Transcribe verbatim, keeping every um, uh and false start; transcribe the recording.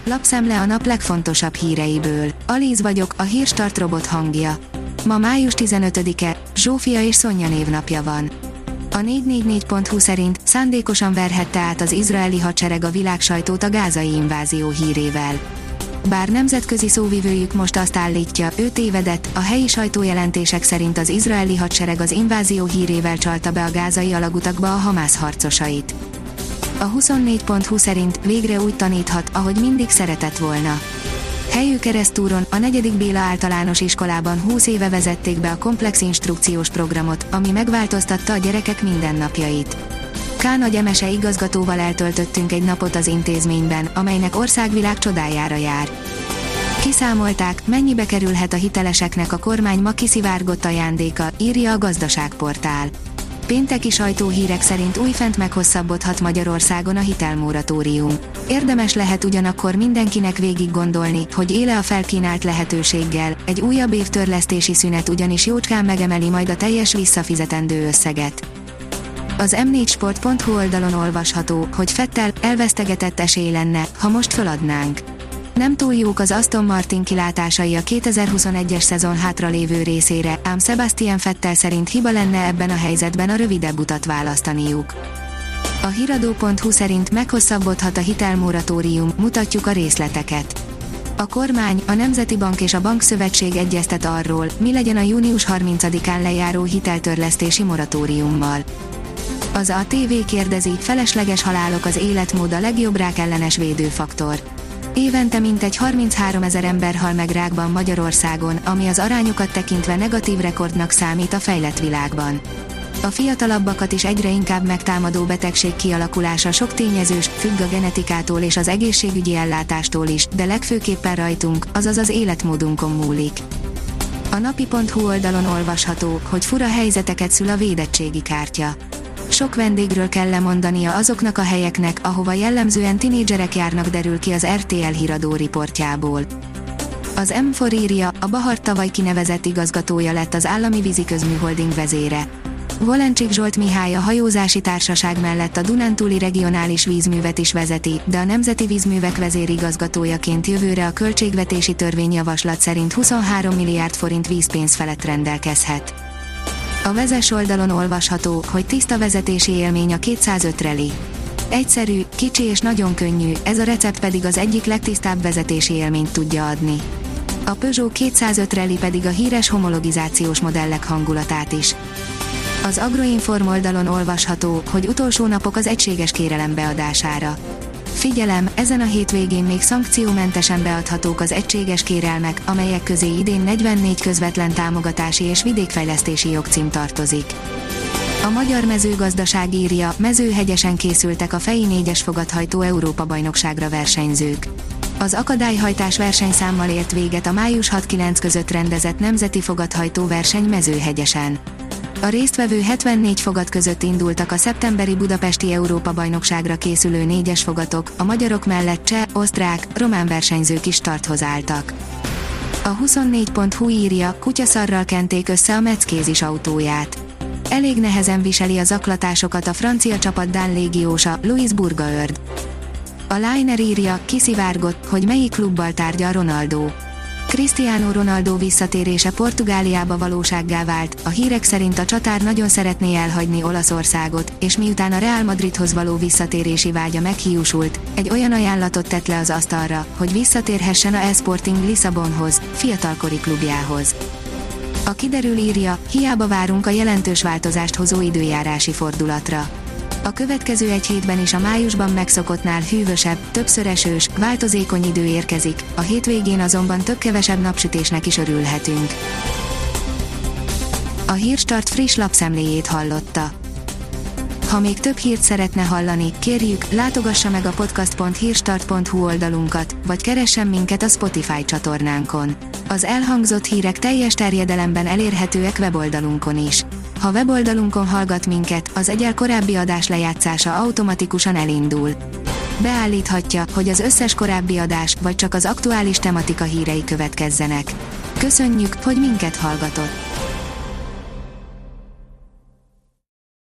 Lapszemle a nap legfontosabb híreiből. Alíz vagyok, a Hírstart robot hangja. Ma május tizenötödike, Zsófia és Szonya névnapja van. A négy négy négy pont hu szerint szándékosan verhette át az izraeli hadsereg a világsajtót a gázai invázió hírével. Bár nemzetközi szóvivőjük most azt állítja, ő tévedett, a helyi sajtójelentések szerint az izraeli hadsereg az invázió hírével csalta be a gázai alagutakba a Hamász harcosait. A huszonnégy pont hu szerint végre úgy taníthat, ahogy mindig szeretett volna. Helyű keresztúron, a negyedik Béla általános iskolában húsz éve vezették be a komplex instrukciós programot, ami megváltoztatta a gyerekek mindennapjait. K. Nagy Emese igazgatóval eltöltöttünk egy napot az intézményben, amelynek országvilág csodájára jár. Kiszámolták, mennyibe kerülhet a hiteleseknek a kormány ma kiszivárgott ajándéka, írja a Gazdaságportál. Pénteki sajtóhírek szerint újfent meghosszabbodhat Magyarországon a hitelmoratórium. Érdemes lehet ugyanakkor mindenkinek végig gondolni, hogy éle a felkínált lehetőséggel, egy újabb évtörlesztési szünet ugyanis jócskán megemeli majd a teljes visszafizetendő összeget. Az em négy sport pont hu oldalon olvasható, hogy Vettel elvesztegetett esély lenne, ha most föladnánk. Nem túl jók az Aston Martin kilátásai a kétezer-huszonegyes szezon hátralévő részére, ám Sebastian Vettel szerint hiba lenne ebben a helyzetben a rövidebb utat választaniuk. A hiradó pont hu szerint meghosszabbodhat a hitelmoratórium, mutatjuk a részleteket. A kormány, a Nemzeti Bank és a Bankszövetség egyeztet arról, mi legyen a június harmincadikán lejáró hiteltörlesztési moratóriummal. Az á té vé kérdezi, felesleges halálok az életmód a legjobb rákellenes védőfaktor. Évente mintegy harmincháromezer ember hal meg rákban Magyarországon, ami az arányokat tekintve negatív rekordnak számít a fejlett világban. A fiatalabbakat is egyre inkább megtámadó betegség kialakulása sok tényezős, függ a genetikától és az egészségügyi ellátástól is, de legfőképpen rajtunk, azaz az életmódunkon múlik. A napi pont hu oldalon olvasható, hogy fura helyzeteket szül a védettségi kártya. Sok vendégről kell lemondania azoknak a helyeknek, ahova jellemzően tinédzserek járnak, derül ki az er té el híradó riportjából. Az em négy írja, a Bahart tavaly kinevezett igazgatója lett az Állami Víziközműholding vezére. Volencsik Zsolt Mihály a hajózási társaság mellett a Dunántúli regionális vízművet is vezeti, de a Nemzeti Vízművek vezérigazgatójaként jövőre a költségvetési törvényjavaslat szerint huszonhárom milliárd forint vízpénz felett rendelkezhet. A Vezes oldalon olvasható, hogy tiszta vezetési élmény a kétszázöt Rally. Egyszerű, kicsi és nagyon könnyű, ez a recept pedig az egyik legtisztább vezetési élményt tudja adni. A Peugeot kétszázöt Rally pedig a híres homologizációs modellek hangulatát is. Az Agroinform oldalon olvasható, hogy utolsó napok az egységes kérelem beadására. Figyelem, ezen a hétvégén még szankciómentesen beadhatók az egységes kérelmek, amelyek közé idén negyvennégy közvetlen támogatási és vidékfejlesztési jogcím tartozik. A Magyar Mezőgazdaság írja, Mezőhegyesen készültek a Fei négyes fogathajtó Európa-bajnokságra versenyzők. Az akadályhajtás versenyszámmal ért véget a május hat-kilenc között rendezett nemzeti fogathajtó verseny Mezőhegyesen. A résztvevő hetvennégy fogat között indultak a szeptemberi budapesti Európa-bajnokságra készülő négyes fogatok, a magyarok mellett cseh, osztrák, román versenyzők is starthoz álltak. A huszonnégy pont hu írja, kutyaszarral kenték össze a Metz-Kézis autóját. Elég nehezen viseli a zaklatásokat a francia csapat dán légiósa, Louis Bourgaard. A Liner írja, kiszivárgott, hogy melyik klubbal tárgyal Ronaldo. Cristiano Ronaldo visszatérése Portugáliába valósággá vált, a hírek szerint a csatár nagyon szeretné elhagyni Olaszországot, és miután a Real Madridhoz való visszatérési vágya meghiúsult, egy olyan ajánlatot tett le az asztalra, hogy visszatérhessen a Sporting Lisszabonhoz, fiatalkori klubjához. A Kiderül írja, hiába várunk a jelentős változást hozó időjárási fordulatra. A következő egy hétben is a májusban megszokottnál hűvösebb, többször esős, változékony idő érkezik, a hétvégén azonban több-kevesebb napsütésnek is örülhetünk. A Hírstart friss lapszemléjét hallotta. Ha még több hírt szeretne hallani, kérjük, látogassa meg a podcast pont hírstart pont hu oldalunkat, vagy keressen minket a Spotify csatornánkon. Az elhangzott hírek teljes terjedelemben elérhetőek weboldalunkon is. Ha weboldalunkon hallgat minket, az egyel korábbi adás lejátszása automatikusan elindul. Beállíthatja, hogy az összes korábbi adás, vagy csak az aktuális tematika hírei következzenek. Köszönjük, hogy minket hallgatott!